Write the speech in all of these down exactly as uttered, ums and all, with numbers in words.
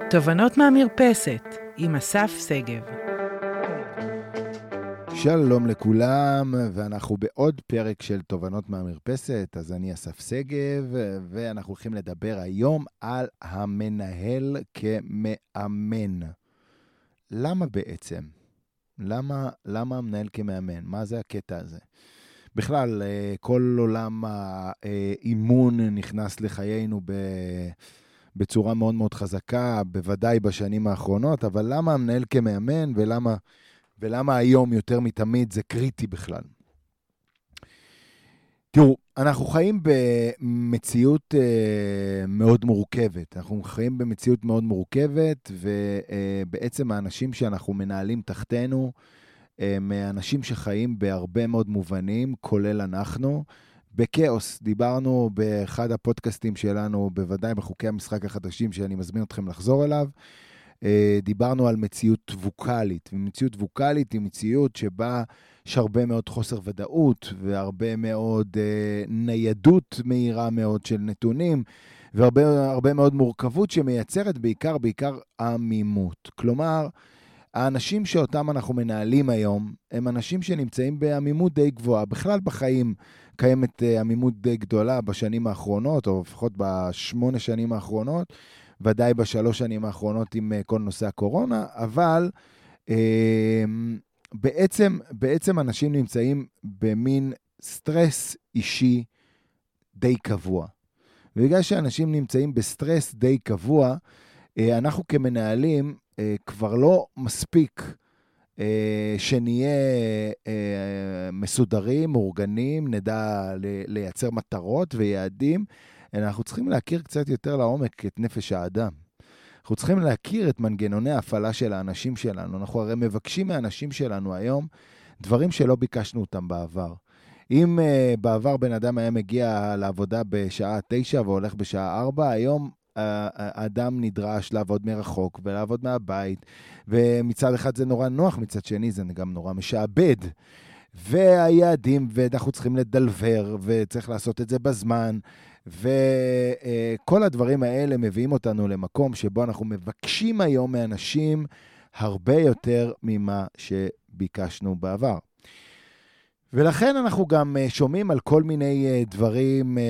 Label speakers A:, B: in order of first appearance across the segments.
A: תובנות מהמרפסת עם אסף סגב.
B: שלום לכולם, ואנחנו בעוד פרק של תובנות מהמרפסת. אז אני אסף סגב, ואנחנו הולכים לדבר היום על המנהל כמאמן. למה בעצם? למה, למה המנהל כמאמן? מה זה הקטע הזה? בכלל, כל עולם האימון נכנס לחיינו ב... בצורה מאוד מאוד חזקה, בוודאי בשנים האחרונות, אבל למה המנהל כמאמן ולמה, ולמה היום יותר מתמיד זה קריטי בכלל? תראו, אנחנו חיים במציאות אה, מאוד מורכבת. אנחנו חיים במציאות מאוד מורכבת, ובעצם האנשים שאנחנו מנהלים תחתנו, הם אנשים שחיים בהרבה מאוד מובנים, כולל אנחנו, בקאוס. דיברנו באחד הפודקאסטים שלנו, בוודאי בחוקי המשחק החדשים שאני מזמין אתכם לחזור אליו, דיברנו על מציאות ווקלית, ומציאות ווקלית היא מציאות שבה יש הרבה מאוד חוסר ודאות, והרבה מאוד ניידות מהירה מאוד של נתונים, והרבה הרבה מאוד מורכבות שמייצרת בעיקר, בעיקר עמימות. כלומר, האנשים שאותם אנחנו מנהלים היום, הם אנשים שנמצאים בעמימות די גבוהה. בכלל בחיים קיימת עמימות די גדולה בשנים האחרונות, או לפחות בשמונה שנים האחרונות, ודאי בשלוש שנים האחרונות עם כל נושא הקורונה, אבל אה, בעצם, בעצם אנשים נמצאים במין סטרס אישי די קבוע. ובגלל שאנשים נמצאים בסטרס די קבוע, אה, אנחנו כמנהלים אה, כבר לא מספיק שנהיה מסודרים, מאורגנים, נדע לייצר מטרות ויעדים, אנחנו צריכים להכיר קצת יותר לעומק את נפש האדם. אנחנו צריכים להכיר את מנגנוני ההפעלה של האנשים שלנו. אנחנו הרי מבקשים מהאנשים שלנו היום דברים שלא ביקשנו אותם בעבר. אם בעבר בן אדם היה מגיע לעבודה בשעה תשע והולך בשעה ארבע, היום האדם נדרש לעבוד מרחוק ולעבוד מהבית, ומצד אחד זה נורא נוח, מצד שני זה גם נורא משעבד, והיעדים, ואנחנו צריכים לדלבר, וצריך לעשות את זה בזמן, וכל הדברים האלה מביאים אותנו למקום שבו אנחנו מבקשים היום מאנשים הרבה יותר ממה שביקשנו בעבר. ולכן אנחנו גם שומעים על כל מיני דברים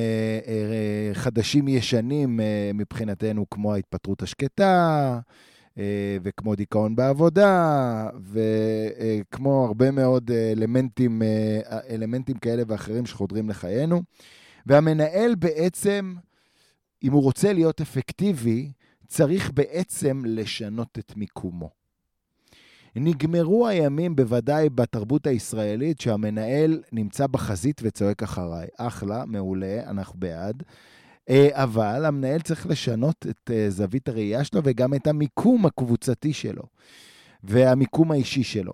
B: חדשים ישנים מבחינתנו, כמו ההתפטרות השקטה, וכמו דיכאון בעבודה, וכמו הרבה מאוד אלמנטים, אלמנטים כאלה ואחרים שחודרים לחיינו. והמנהל בעצם, אם הוא רוצה להיות אפקטיבי, צריך בעצם לשנות את מיקומו. נגמרו הימים בוודאי בתרבות הישראלית שהמנהל נמצא בחזית וצועק אחריי. אחלה, מעולה, אנחנו בעד. אבל המנהל צריך לשנות את זווית הראייה שלו וגם את המיקום הקבוצתי שלו והמיקום האישי שלו.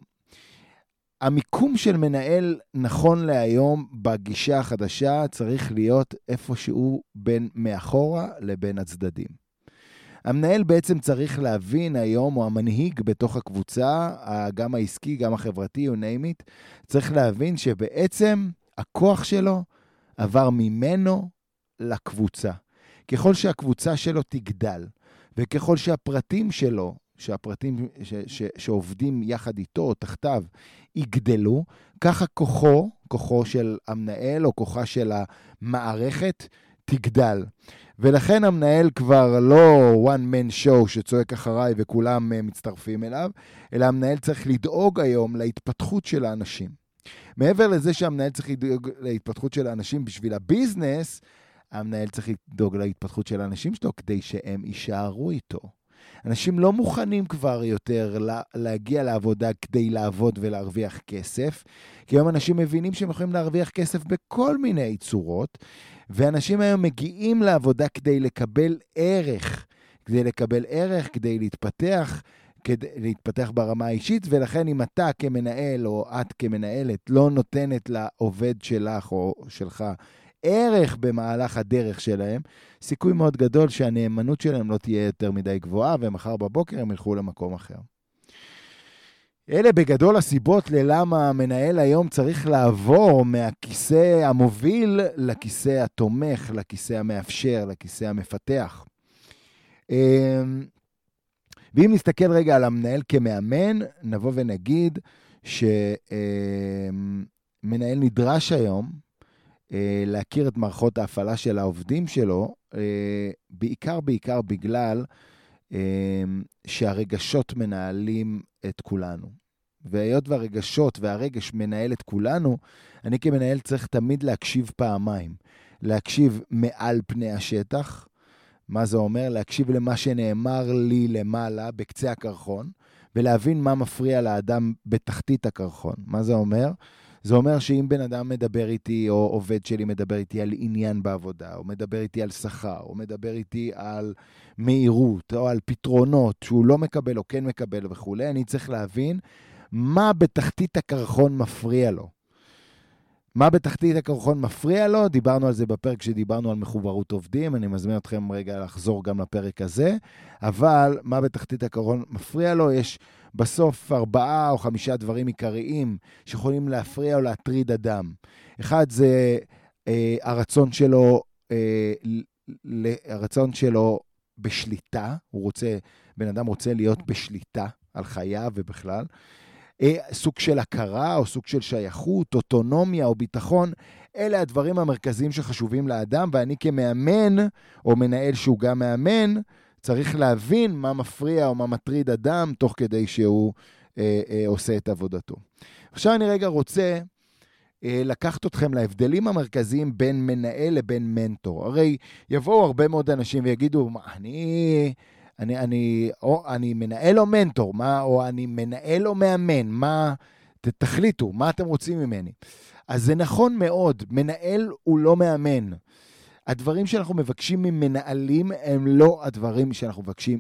B: המיקום של מנהל נכון להיום בגישה החדשה צריך להיות איפשהו בין מאחורה לבין הצדדים. המנהל בעצם צריך להבין היום, או המנהיג בתוך הקבוצה, גם העסקי, גם החברתי, you name it, צריך להבין שבעצם הכוח שלו עבר ממנו לקבוצה. ככל שהקבוצה שלו תגדל, וככל שהפרטים שלו, שהפרטים ש- ש- שעובדים יחד איתו או תחתיו יגדלו, ככה כוחו, כוחו של המנהל או כוחה של המערכת תגדל. ולכן המנהל כבר לא one man show שצועק אחריי וכולם מצטרפים אליו, אלא המנהל צריך לדאוג היום להתפתחות של האנשים. מעבר לזה שהמנהל צריך לדאוג להתפתחות של האנשים בשביל הביזנס, המנהל צריך לדאוג להתפתחות של האנשים שלו כדי שהם יישארו איתו. אנשים לא מוכנים כבר יותר להגיע לעבודה כדי לעבוד ולהרוויח כסף, כי היום אנשים מבינים שהם יכולים להרוויח כסף בכל מיני צורות, ואנשים היום מגיעים לעבודה כדי לקבל ערך, כדי לקבל ערך, כדי להתפתח, כדי להתפתח ברמה האישית, ולכן אם אתה כמנהל או את כמנהלת לא נותנת לעובד שלך או שלך ערך במהלך הדרך שלהם, סיכוי מאוד גדול שהנאמנות שלהם לא תהיה יותר מדי גבוהה, ומחר בבוקר הם ילכו למקום אחר. אלה בגדול הסיבות ללמה המנהל היום צריך לעבור מהכיסא המוביל לכיסא התומך, לכיסא המאפשר, לכיסא המפתח. ואם נסתכל רגע על המנהל כמאמן, נבוא ונגיד שמנהל נדרש היום להכיר את מערכות ההפעלה של העובדים שלו, בעיקר בעיקר בגלל שהרגשות מנהלים את כולנו. והיות והרגשות והרגש מנהל את כולנו, אני כמנהל צריך תמיד להקשיב פעמיים. להקשיב מעל פני השטח, מה זה אומר? להקשיב למה שנאמר לי למעלה, בקצה הקרחון, ולהבין מה מפריע לאדם בתחתית הקרחון. מה זה אומר? זה אומר שאם בן אדם מדבר איתי, או עובד שלי מדבר איתי על עניין בעבודה, או מדבר איתי על שכר, או מדבר איתי על מהירות, או על פתרונות שהוא לא מקבל או כן מקבל וכו', אני צריך להבין מה בתחתית הקרחון מפריע לו. מה בתחתית הקרחון מפריע לו? דיברנו על זה בפרק שדיברנו על מחוברות עובדים, אני מזמין אתכם רגע לחזור גם לפרק הזה, אבל מה בתחתית הקרחון מפריע לו? יש בסוף ארבעה או חמישה דברים עיקריים שיכולים להפריע או להטריד אדם. אחד זה אה, הרצון שלו, אה, הרצון שלו בשליטה, הוא רוצה, בן אדם רוצה להיות בשליטה על חייו ובכלל, סוג של הכרה או סוג של שייכות, אוטונומיה או ביטחון, אלה הדברים המרכזיים שחשובים לאדם, ואני כמאמן או מנהל שהוא גם מאמן, צריך להבין מה מפריע או מה מטריד אדם, תוך כדי שהוא אה, אה, עושה את עבודתו. עכשיו אני רגע רוצה אה, לקחת אתכם להבדלים המרכזיים בין מנהל לבין מנטור. הרי יבואו הרבה מאוד אנשים ויגידו, מה, אני... אני, אני, או אני מנהל או מנטור, מה, או אני מנהל או מאמן, מה, תחליטו, מה אתם רוצים ממני. אז זה נכון מאוד, מנהל הוא לא מאמן. הדברים שאנחנו מבקשים ממנהלים הם לא הדברים שאנחנו מבקשים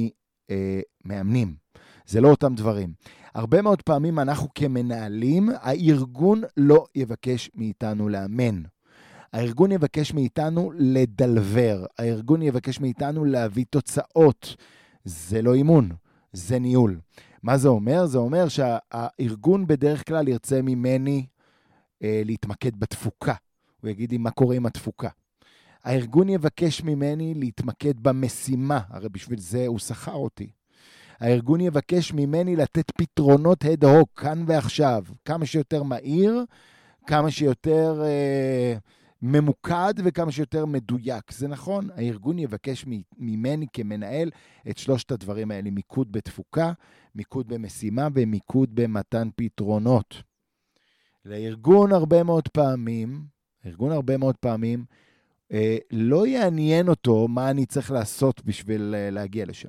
B: ממאמנים. זה לא אותם דברים. הרבה מאוד פעמים אנחנו כמנהלים, הארגון לא יבקש מאיתנו לאמן. הארגון יבקש מאיתנו לדלבר, הארגון יבקש מאיתנו להביא תוצאות. זה לא אימון, זה ניהול. מה זה אומר? זה אומר שהארגון בדרך כלל ירצה ממני אה, להתמקד בתפוקה. הוא יגיד לי מה קורה עם התפוקה. הארגון יבקש ממני להתמקד במשימה, הרי בשביל זה הוא שכר אותי. הארגון יבקש ממני לתת פתרונות הד-הוק, כאן ועכשיו, כמה שיותר מהיר, כמה שיותר... אה, ממוקד וכמה שיותר מדויק. זה נכון, הארגון יבקש ממני כמנהל את שלושת הדברים האלה, מיקוד בתפוקה, מיקוד במשימה ומיקוד במתן פתרונות. לארגון הרבה מאוד פעמים, הארגון הרבה מאוד פעמים, אה, לא יעניין אותו מה אני צריך לעשות בשביל אה, להגיע לשם.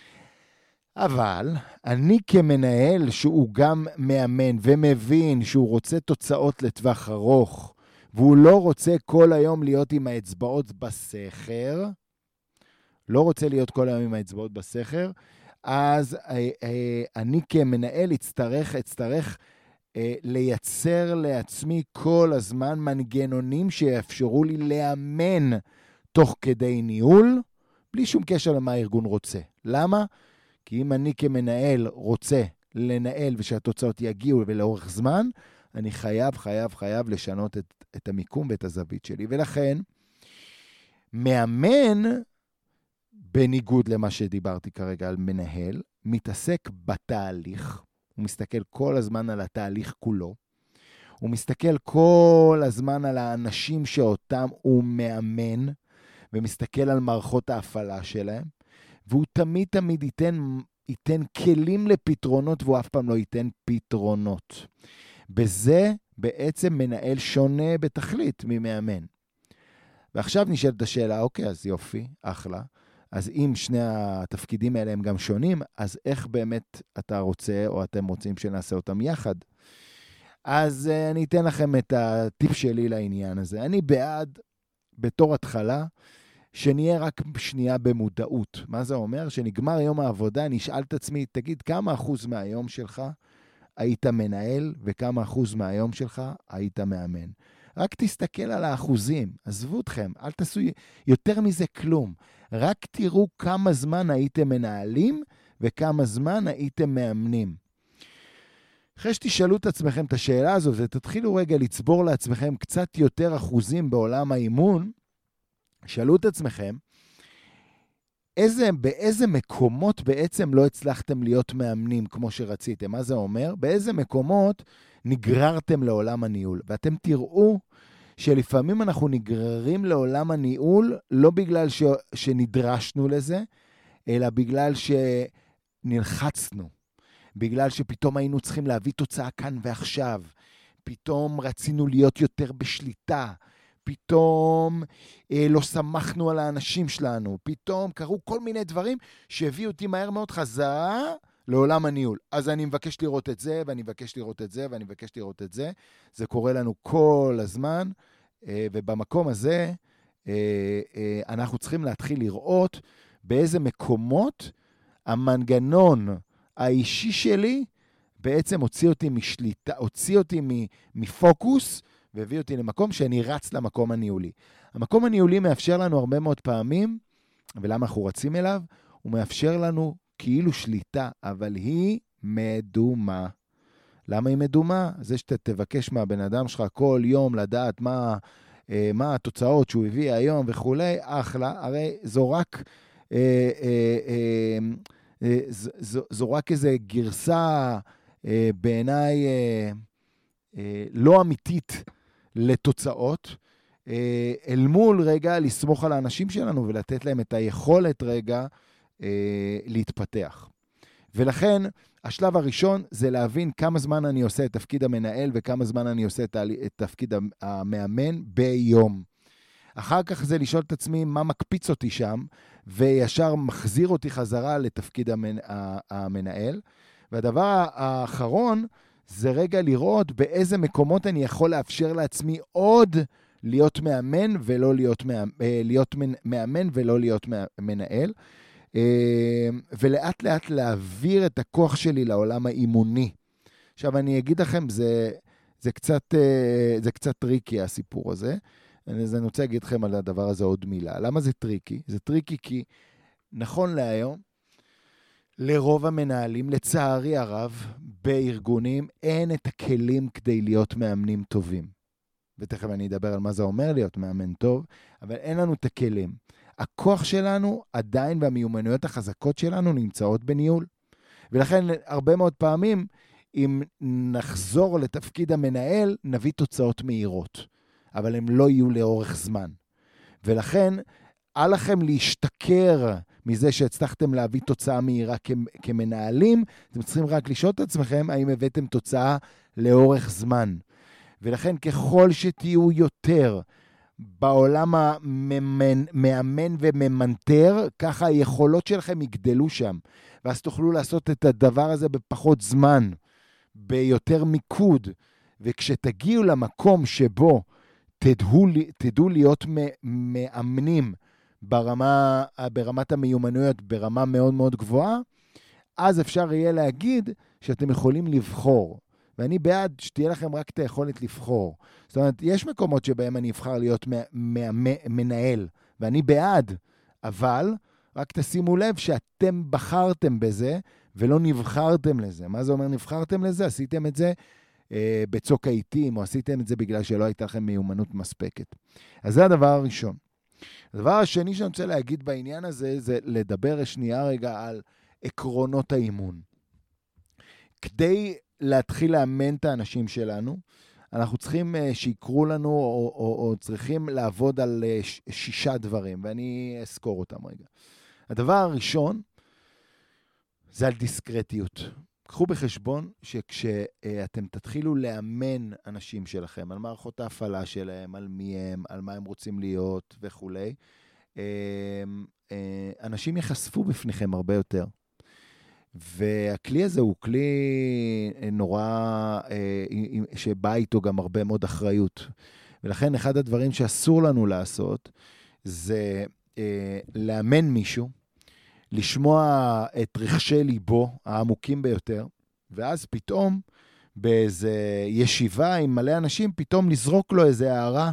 B: אבל אני כמנהל שהוא גם מאמן ומבין שהוא רוצה תוצאות לטווח ארוך, והוא לא רוצה כל היום להיות עם האצבעות בסכר, לא רוצה להיות כל היום עם האצבעות בסכר, אז אה, אה, אני כמנהל אצטרך, אצטרך אה, לייצר לעצמי כל הזמן מנגנונים שיאפשרו לי לאמן תוך כדי ניהול, בלי שום קשר למה הארגון רוצה. למה? כי אם אני כמנהל רוצה לנהל ושהתוצאות יגיעו ולאורך זמן, אני חייב, חייב, חייב לשנות את, את המיקום ואת הזווית שלי. ולכן, מאמן, בניגוד למה שדיברתי כרגע על מנהל, מתעסק בתהליך, הוא מסתכל כל הזמן על התהליך כולו, הוא מסתכל כל הזמן על האנשים שאותם הוא מאמן, ומסתכל על מערכות ההפעלה שלהם, והוא תמיד תמיד ייתן, ייתן כלים לפתרונות, והוא אף פעם לא ייתן פתרונות. בזה בעצם מנהל שונה בתכלית ממאמן. ועכשיו נשאלת השאלה, אוקיי, אז יופי, אחלה. אז אם שני התפקידים האלה הם גם שונים, אז איך באמת אתה רוצה או אתם רוצים שנעשה אותם יחד? אז uh, אני אתן לכם את הטיפ שלי לעניין הזה. אני בעד, בתור התחלה, שנהיה רק שנייה במודעות. מה זה אומר? שנגמר יום העבודה, אני אשאל את עצמי, תגיד, כמה אחוז מהיום שלך היית מנהל, וכמה אחוז מהיום שלך היית מאמן. רק תסתכל על האחוזים, עזבו אתכם, אל תעשו יותר מזה כלום. רק תראו כמה זמן הייתם מנהלים, וכמה זמן הייתם מאמנים. אחרי שתשאלו את עצמכם את השאלה הזו, ותתחילו רגע לצבור לעצמכם קצת יותר אחוזים בעולם האימון, שאלו את עצמכם, איזה, באיזה מקומות בעצם לא הצלחתם להיות מאמנים כמו שרציתם. מה זה אומר? באיזה מקומות נגררתם לעולם הניהול. ואתם תראו שלפעמים אנחנו נגררים לעולם הניהול, לא בגלל ש, שנדרשנו לזה, אלא בגלל שנלחצנו. בגלל שפתאום היינו צריכים להביא תוצאה כאן ועכשיו. פתאום רצינו להיות יותר בשליטה. פתאום אה, לא שמחנו על האנשים שלנו. פתאום קרו כל מיני דברים שהביאו אותי מהר מאוד חזרה לעולם הניהול. אז אני מבקש לראות את זה, ואני מבקש לראות את זה, ואני מבקש לראות את זה. זה קורה לנו כל הזמן, אה, ובמקום הזה אה, אה, אנחנו צריכים להתחיל לראות באיזה מקומות המנגנון האישי שלי בעצם הוציא אותי משליטה, הוציא אותי מפוקוס, והביא אותי למקום שאני רץ למקום הניהולי. המקום הניהולי מאפשר לנו הרבה מאוד פעמים, ולמה אנחנו רצים אליו? הוא מאפשר לנו כאילו שליטה, אבל היא מדומה. למה היא מדומה? זה שאתה תבקש מהבן אדם שלך כל יום לדעת מה, מה התוצאות שהוא הביא היום וכולי, אחלה, הרי זו רק, אה, אה, אה, זו, זו רק איזו גרסה אה, בעיניי אה, אה, לא אמיתית, לתוצאות, אל מול רגע לסמוך על האנשים שלנו ולתת להם את היכולת רגע להתפתח. ולכן השלב הראשון זה להבין כמה זמן אני עושה את תפקיד המנהל וכמה זמן אני עושה את תפקיד המאמן ביום. אחר כך זה לשאול את עצמי מה מקפיץ אותי שם, וישר מחזיר אותי חזרה לתפקיד המנהל. והדבר האחרון, זה רגע לראות באיזה מקומות אני יכול לאפשר לעצמי עוד להיות מאמן ולא להיות מאמן, להיות מאמן ולא להיות מנהל, ולאט לאט להעביר את הכוח שלי לעולם האימוני. עכשיו אני אגיד לכם, זה, זה קצת, זה קצת טריקי הסיפור הזה, אז אני רוצה להגיד לכם על הדבר הזה עוד מילה. למה זה טריקי? זה טריקי כי נכון להיום, לרוב המנהלים, לצערי הרב, בארגונים, אין את הכלים כדי להיות מאמנים טובים. ותכף אני אדבר על מה זה אומר להיות מאמן טוב, אבל אין לנו את הכלים. הכוח שלנו עדיין והמיומנויות החזקות שלנו נמצאות בניהול. ולכן הרבה מאוד פעמים, אם נחזור לתפקיד המנהל, נביא תוצאות מהירות. אבל הם לא יהיו לאורך זמן. ולכן, אל לכם להשתכר מזה שהצלחתם להביא תוצאה מהירה כמנהלים, אתם צריכים רק לשאול את עצמכם, האם הבאתם תוצאה לאורך זמן. ולכן ככל שתהיו יותר בעולם המאמן וממנטר, ככה היכולות שלכם יגדלו שם. ואז תוכלו לעשות את הדבר הזה בפחות זמן, ביותר מיקוד. וכשתגיעו למקום שבו תדעו, תדעו להיות מאמנים, ברמה, ברמת המיומנויות, ברמה מאוד מאוד גבוהה, אז אפשר יהיה להגיד שאתם יכולים לבחור. ואני בעד שתהיה לכם רק את היכולת לבחור. זאת אומרת, יש מקומות שבהם אני אבחר להיות מנהל, ואני בעד, אבל רק תשימו לב שאתם בחרתם בזה, ולא נבחרתם לזה. מה זה אומר נבחרתם לזה? עשיתם את זה אה, בצוק העיתים, או עשיתם את זה בגלל שלא הייתה לכם מיומנות מספקת. אז זה הדבר הראשון. הדבר השני שאני רוצה להגיד בעניין הזה, זה לדבר שנייה רגע על עקרונות האימון. כדי להתחיל לאמן את האנשים שלנו, אנחנו צריכים שיקרו לנו, או, או, או צריכים לעבוד על שישה דברים, ואני אזכור אותם רגע. הדבר הראשון, זה על דיסקרטיות. קחו בחשבון שכשאתם תתחילו לאמן אנשים שלכם, על מערכות ההפעלה שלהם, על מי הם, על מה הם רוצים להיות וכו', אנשים יחשפו בפניכם הרבה יותר. והכלי הזה הוא כלי נורא, שבא איתו גם הרבה מאוד אחריות. ולכן אחד הדברים שאסור לנו לעשות, זה לאמן מישהו, לשמוע את רחשי ליבו העמוקים ביותר, ואז פתאום באיזו ישיבה עם מלא אנשים, פתאום לזרוק לו איזו הערה,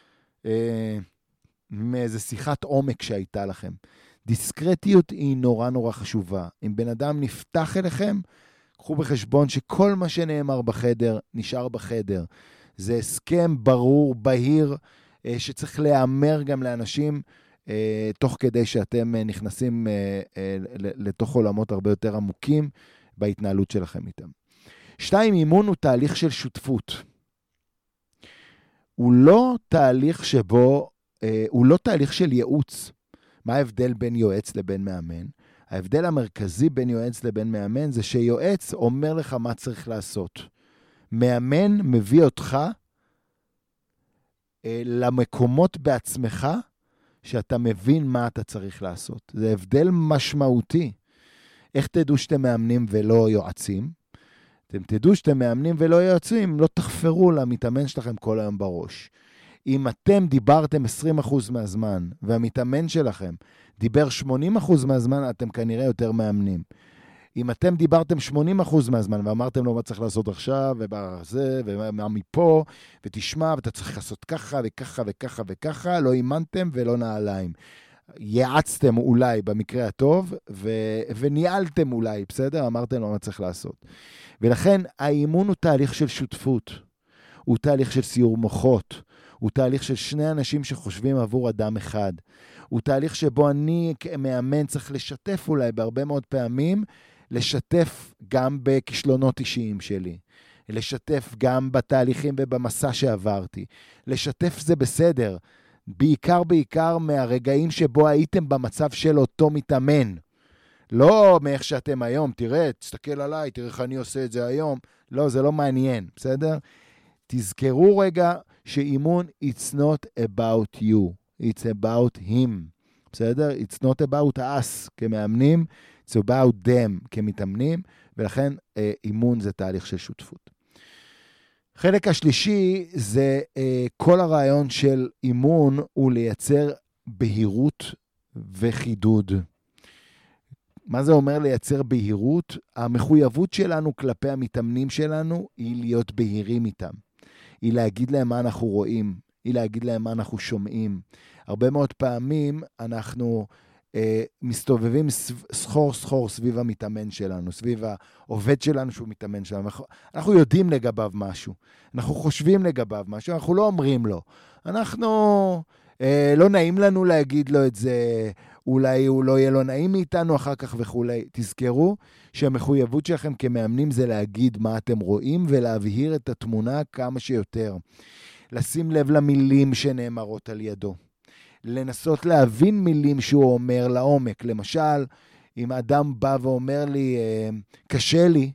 B: מאיזו שיחת עומק שהייתה לכם. דיסקרטיות היא נורא נורא חשובה. אם בן אדם נפתח אליכם, קחו בחשבון שכל מה שנאמר בחדר, נשאר בחדר. זה הסכם ברור, בהיר, שצריך להיאמר גם לאנשים אה, תוך כדי שאתם אה, נכנסים אה, אה, לתוך עולמות הרבה יותר עמוקים בהתנהלות שלכם איתם. שתיים, אימון הוא תהליך של שותפות. הוא לא תהליך שבו, אה, הוא לא תהליך של ייעוץ. מה ההבדל בין יועץ לבין מאמן? ההבדל המרכזי בין יועץ לבין מאמן זה שיועץ אומר לך מה צריך לעשות. מאמן מביא אותך אה, למקומות בעצמך שאתה מבין מה אתה צריך לעשות. זה הבדל משמעותי. איך תדעו שאתם מאמנים ולא יועצים? אתם תדעו שאתם מאמנים ולא יועצים, לא תחפרו למתאמן שלכם כל היום בראש. אם אתם דיברתם עשרים אחוז מהזמן, והמתאמן שלכם דיבר שמונים אחוז מהזמן, אתם כנראה יותר מאמנים. אם אתם דיברתם שמונים אחוז מהזמן, ואמרתם לו מה צריך לעשות עכשיו, ובזה, ומה מפה, ותשמע, ואתה צריך לעשות ככה, וככה, וככה, וככה, לא אימנתם ולא נעליים. יעצתם אולי במקרה הטוב, ו- וניהלתם אולי, בסדר? אמרתם לו מה צריך לעשות. ולכן, האימון הוא תהליך של שותפות. הוא תהליך של סיור מוחות. הוא תהליך של שני אנשים שחושבים עבור אדם אחד. הוא תהליך שבו אני כמאמן צריך לשתף אולי בהרבה מאוד פעמים, לשתף גם בכישלונות אישיים שלי. לשתף גם בתהליכים ובמסע שעברתי. לשתף זה בסדר. בעיקר בעיקר מהרגעים שבו הייתם במצב של אותו מתאמן. לא מאיך שאתם היום, תראה, תסתכל עליי, תראה איך אני עושה את זה היום. לא, זה לא מעניין, בסדר? תזכרו רגע שאימון, it's not about you, it's about him, בסדר? It's not about us כמאמנים, it's about them כמתאמנים, ולכן אימון זה תהליך של שותפות. חלק השלישי זה כל הרעיון של אימון הוא לייצר בהירות וחידוד. מה זה אומר לייצר בהירות? המחויבות שלנו כלפי המתאמנים שלנו היא להיות בהירים איתם. היא להגיד להם מה אנחנו רואים, היא להגיד להם מה אנחנו שומעים. הרבה מאוד פעמים אנחנו אה, מסתובבים סחור סחור סביב המתאמן שלנו, סביב העובד שלנו שהוא מתאמן שלנו. אנחנו, אנחנו יודעים לגביו משהו, אנחנו חושבים לגביו משהו, אנחנו לא אומרים לו. אנחנו, אה, לא נעים לנו להגיד לו את זה, אולי הוא לא יהיה לו נעים מאיתנו אחר כך וכולי. תזכרו שהמחויבות שלכם כמאמנים זה להגיד מה אתם רואים ולהבהיר את התמונה כמה שיותר. לשים לב למילים שנאמרות על ידו. לנסות להבין מילים שהוא אומר לעומק. למשל, אם אדם בא ואומר לי, קשה לי,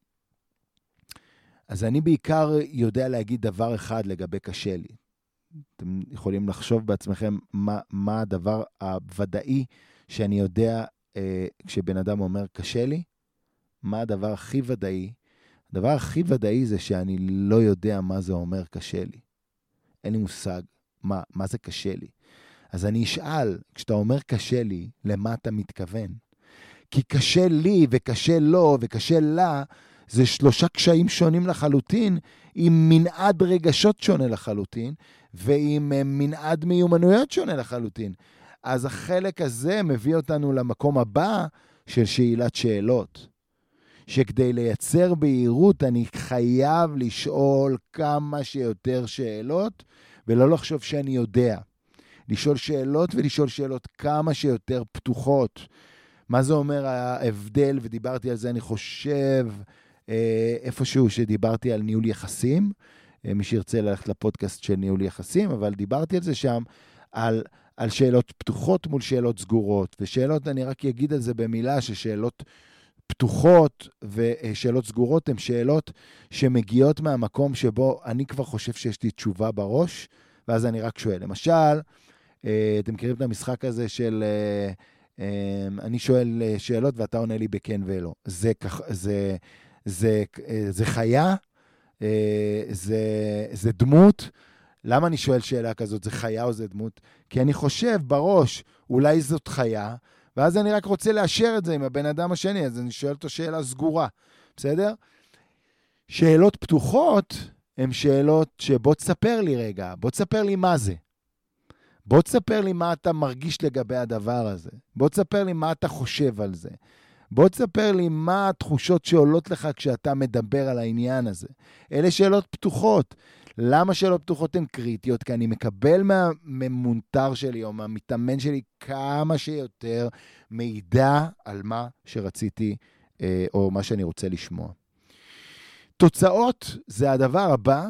B: אז אני בעיקר יודע להגיד דבר אחד לגבי קשה לי. אתם יכולים לחשוב בעצמכם מה, מה הדבר הוודאי שאני יודע אה, כשבן אדם אומר קשה לי, מה הדבר הכי ודאי? הדבר הכי ודאי זה שאני לא יודע מה זה אומר קשה לי. אין לי מושג מה, מה זה קשה לי. אז אני אשאל, כשאתה אומר קשה לי, למה אתה מתכוון? כי קשה לי וקשה לו וקשה לה, זה שלושה קשיים שונים לחלוטין, עם מנעד רגשות שונה לחלוטין, ועם מנעד מיומנויות שונה לחלוטין. אז החלק הזה מביא אותנו למקום הבא של שאלת שאלות. שכדי לייצר בהירות אני חייב לשאול כמה שיותר שאלות, ולא לחשוב שאני יודע. לשאול שאלות ולשאול שאלות כמה שיותר פתוחות. מה זה אומר ההבדל, ודיברתי על זה אני חושב איפשהו שדיברתי על ניהול יחסים, מי שירצה ללכת לפודקאסט של ניהול יחסים, אבל דיברתי על זה שם, על, על שאלות פתוחות מול שאלות סגורות, ושאלות, אני רק אגיד על זה במילה, ששאלות פתוחות ושאלות סגורות הן שאלות שמגיעות מהמקום שבו אני כבר חושב שיש לי תשובה בראש, ואז אני רק שואל. למשל, אתם מכירים את המשחק הזה של, אני שואל שאלות ואתה עונה לי בכן ולא. זה, זה, זה, זה חיה, זה, זה דמות. למה אני שואל שאלה כזאת, זה חיה או זה דמות? כי אני חושב בראש, אולי זאת חיה, ואז אני רק רוצה לאשר את זה עם הבן אדם השני, אז אני שואל אותו שאלה סגורה, בסדר? שאלות פתוחות הן שאלות שבוא תספר לי רגע, בוא תספר לי מה זה. בוא תספר לי מה אתה מרגיש לגבי הדבר הזה. בוא תספר לי מה אתה חושב על זה. בוא תספר לי מה התחושות שעולות לך כשאתה מדבר על העניין הזה. אלה שאלות פתוחות. למה שאלות פתוחות הן קריטיות? כי אני מקבל מהממונטר שלי או מהמתאמן שלי כמה שיותר מידע על מה שרציתי או מה שאני רוצה לשמוע. תוצאות זה הדבר הבא,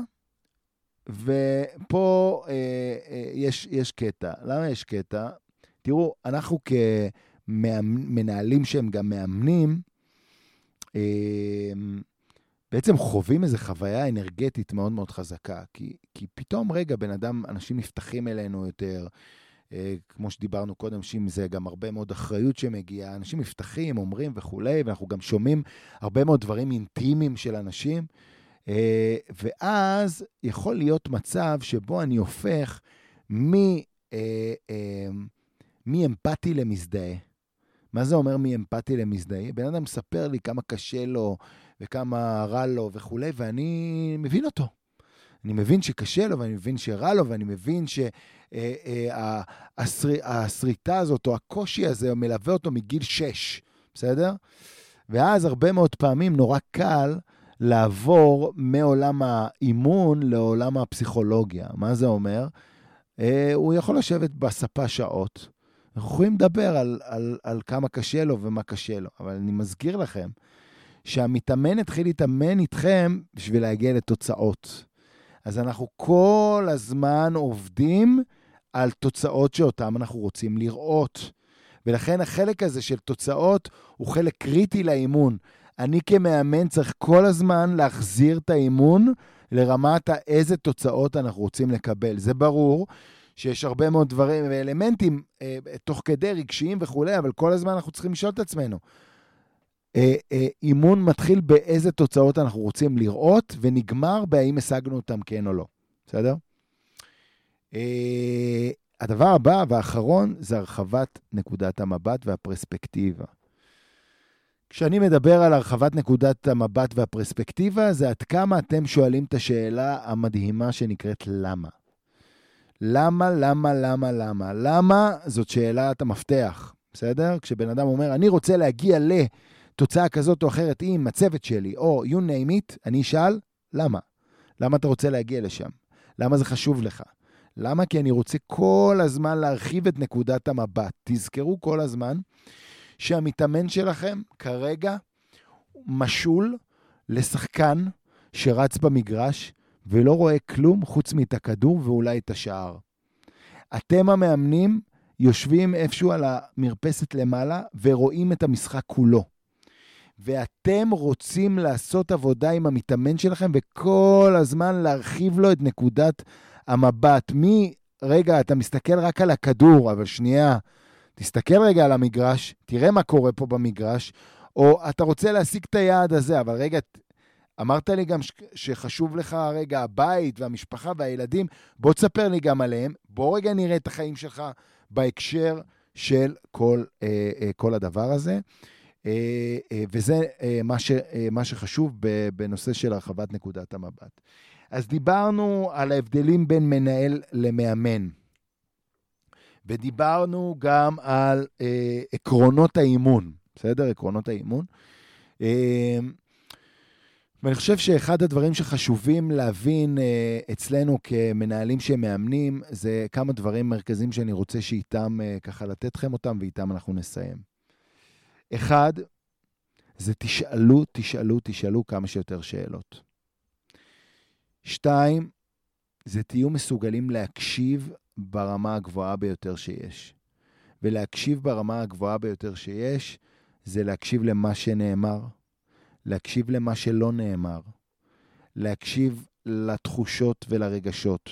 B: ופה אה, אה, יש, יש קטע. למה יש קטע? תראו, אנחנו כמנהלים שהם גם מאמנים, אה, בעצם חווים איזו חוויה אנרגטית מאוד מאוד חזקה, כי, כי פתאום רגע בן אדם, אנשים נפתחים אלינו יותר, אה, כמו שדיברנו קודם, שאם זה גם הרבה מאוד אחריות שמגיעה, אנשים נפתחים, אומרים וכולי, ואנחנו גם שומעים הרבה מאוד דברים אינטימיים של אנשים, אה, ואז יכול להיות מצב שבו אני הופך מ, אה, אה, מאמפתי למזדהה. מה זה אומר מאמפתי למזדהה? בן אדם מספר לי כמה קשה לו, וכמה רע לו וכולי, ואני מבין אותו. אני מבין שקשה לו, ואני מבין שרע לו, ואני מבין שהסריטה הזאת, או הקושי הזה, מלווה אותו מגיל שש, בסדר? ואז הרבה מאוד פעמים נורא קל לעבור מעולם האימון לעולם הפסיכולוגיה. מה זה אומר? הוא יכול לשבת בספה שעות, אנחנו יכולים לדבר על, על, על כמה קשה לו ומה קשה לו, אבל אני מזכיר לכם, שהמתאמן התחיל להתאמן איתכם בשביל להגיע לתוצאות. אז אנחנו כל הזמן עובדים על תוצאות שאותם אנחנו רוצים לראות. ולכן החלק הזה של תוצאות הוא חלק קריטי לאימון. אני כמאמן צריך כל הזמן להחזיר את האימון לרמת איזה תוצאות אנחנו רוצים לקבל. זה ברור שיש הרבה מאוד דברים ואלמנטים אה, תוך כדי רגשיים וכולי, אבל כל הזמן אנחנו צריכים לשאול את עצמנו. אימון מתחיל באיזה תוצאות אנחנו רוצים לראות, ונגמר בהאם השגנו אותם כן או לא. בסדר? הדבר הבא והאחרון זה הרחבת נקודת המבט והפרספקטיבה. כשאני מדבר על הרחבת נקודת המבט והפרספקטיבה, זה עד כמה אתם שואלים את השאלה המדהימה שנקראת למה. למה, למה, למה, למה? למה זאת שאלת המפתח. בסדר? כשבן אדם אומר, אני רוצה להגיע ל... תוצאה כזאת או אחרת עם הצוות שלי, או you name it, אני אשאל, למה? למה אתה רוצה להגיע לשם? למה זה חשוב לך? למה? כי אני רוצה כל הזמן להרחיב את נקודת המבט. תזכרו כל הזמן שהמתאמן שלכם כרגע משול לשחקן שרץ במגרש ולא רואה כלום חוץ מאת הכדור ואולי את השער. אתם המאמנים יושבים איפשהו על המרפסת למעלה ורואים את המשחק כולו. ואתם רוצים לעשות עבודה עם המתאמן שלכם, וכל הזמן להרחיב לו את נקודת המבט. מי, רגע, אתה מסתכל רק על הכדור, אבל שנייה, תסתכל רגע על המגרש, תראה מה קורה פה במגרש, או אתה רוצה להשיג את היעד הזה, אבל רגע, אמרת לי גם שחשוב לך רגע הבית והמשפחה והילדים, בוא תספר לי גם עליהם, בוא רגע נראה את החיים שלך בהקשר של כל, כל הדבר הזה. וזה מה, ש, מה שחשוב בנושא של הרחבת נקודת המבט. אז דיברנו על ההבדלים בין מנהל למאמן, ודיברנו גם על עקרונות האימון, בסדר? עקרונות האימון. ואני חושב שאחד הדברים שחשובים להבין אצלנו כמנהלים שמאמנים, זה כמה דברים מרכזיים שאני רוצה שאיתם ככה לתת לכם אותם, ואיתם אנחנו נסיים. אחד, זה תשאלו, תשאלו, תשאלו כמה שיותר שאלות. שתיים, זה תהיו מסוגלים להקשיב ברמה הגבוהה ביותר שיש. ולהקשיב ברמה הגבוהה ביותר שיש, זה להקשיב למה שנאמר, להקשיב למה שלא נאמר, להקשיב לתחושות ולרגשות,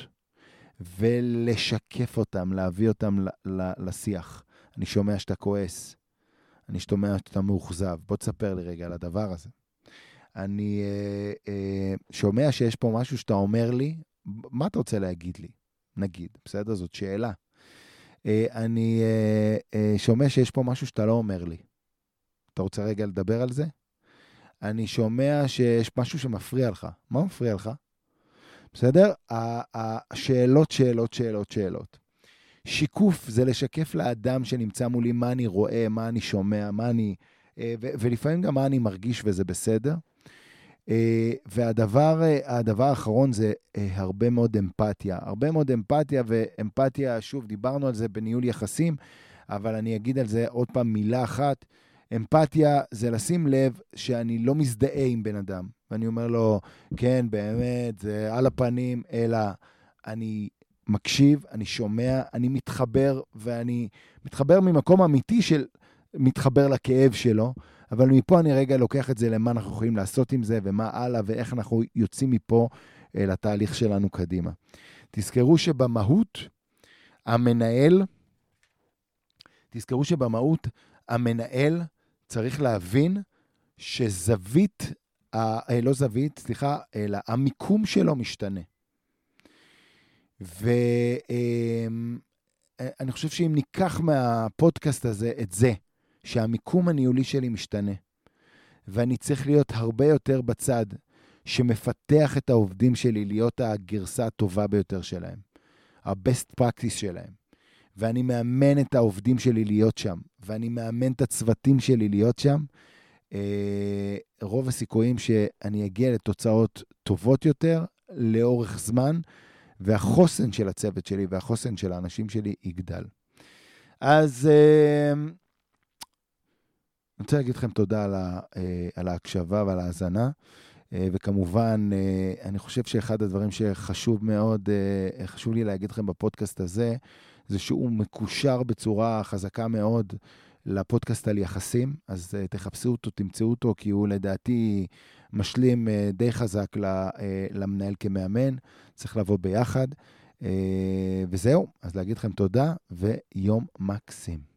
B: ולשקף אותם, להביא אותם לשיח. אני שומע שאתה כועס. אני שומע שאתה מאוכזב. בוא תספר לי רגע על הדבר הזה. אני אה, אה, שומע שיש פה משהו שאתה אומר לי, מה אתה רוצה להגיד לי? נגיד, בסדר? זאת שאלה. אה, אני אה, אה, שומע שיש פה משהו שאתה לא אומר לי. אתה רוצה רגע לדבר על זה? אני שומע שיש משהו שמפריע לך. מה מפריע לך? בסדר? השאלות, שאלות, שאלות, שאלות. שיקוף זה לשקף לאדם שנמצא מולי מה אני רואה, מה אני שומע, מה אני, ו- ולפעמים גם מה אני מרגיש וזה בסדר. והדבר הדבר האחרון זה הרבה מאוד אמפתיה. הרבה מאוד אמפתיה, ואמפתיה, שוב, דיברנו על זה בניהול יחסים, אבל אני אגיד על זה עוד פעם מילה אחת. אמפתיה זה לשים לב שאני לא מזדהה עם בן אדם, ואני אומר לו, כן, באמת, זה על הפנים, אלא אני מקשיב, אני שומע, אני מתחבר, ואני מתחבר ממקום אמיתי של מתחבר לכאב שלו, אבל מפה אני רגע לוקח את זה למה אנחנו יכולים לעשות עם זה, ומה הלאה, ואיך אנחנו יוצאים מפה לתהליך שלנו קדימה. תזכרו שבמהות המנהל, תזכרו שבמהות המנהל צריך להבין שזווית, לא זווית, סליחה, אלא המיקום שלו משתנה. ואני חושב שאם ניקח מהפודקאסט הזה את זה, שהמיקום הניהולי שלי משתנה, ואני צריך להיות הרבה יותר בצד שמפתח את העובדים שלי להיות הגרסה הטובה ביותר שלהם, ה-best practice שלהם, ואני מאמן את העובדים שלי להיות שם, ואני מאמן את הצוותים שלי להיות שם, רוב הסיכויים שאני אגיע לתוצאות טובות יותר לאורך זמן, והחוסן של הצוות שלי והחוסן של האנשים שלי יגדל. אז אני רוצה להגיד לכם תודה על, ה, על ההקשבה ועל ההאזנה, וכמובן אני חושב שאחד הדברים שחשוב מאוד, חשוב לי להגיד לכם בפודקאסט הזה, זה שהוא מקושר בצורה חזקה מאוד לפודקאסט על יחסים, אז תחפשו אותו, תמצאו אותו, כי הוא לדעתי משלים די חזק למנהל כמאמן, צריך לבוא ביחד, וזהו, אז להגיד לכם תודה ויום מקסים.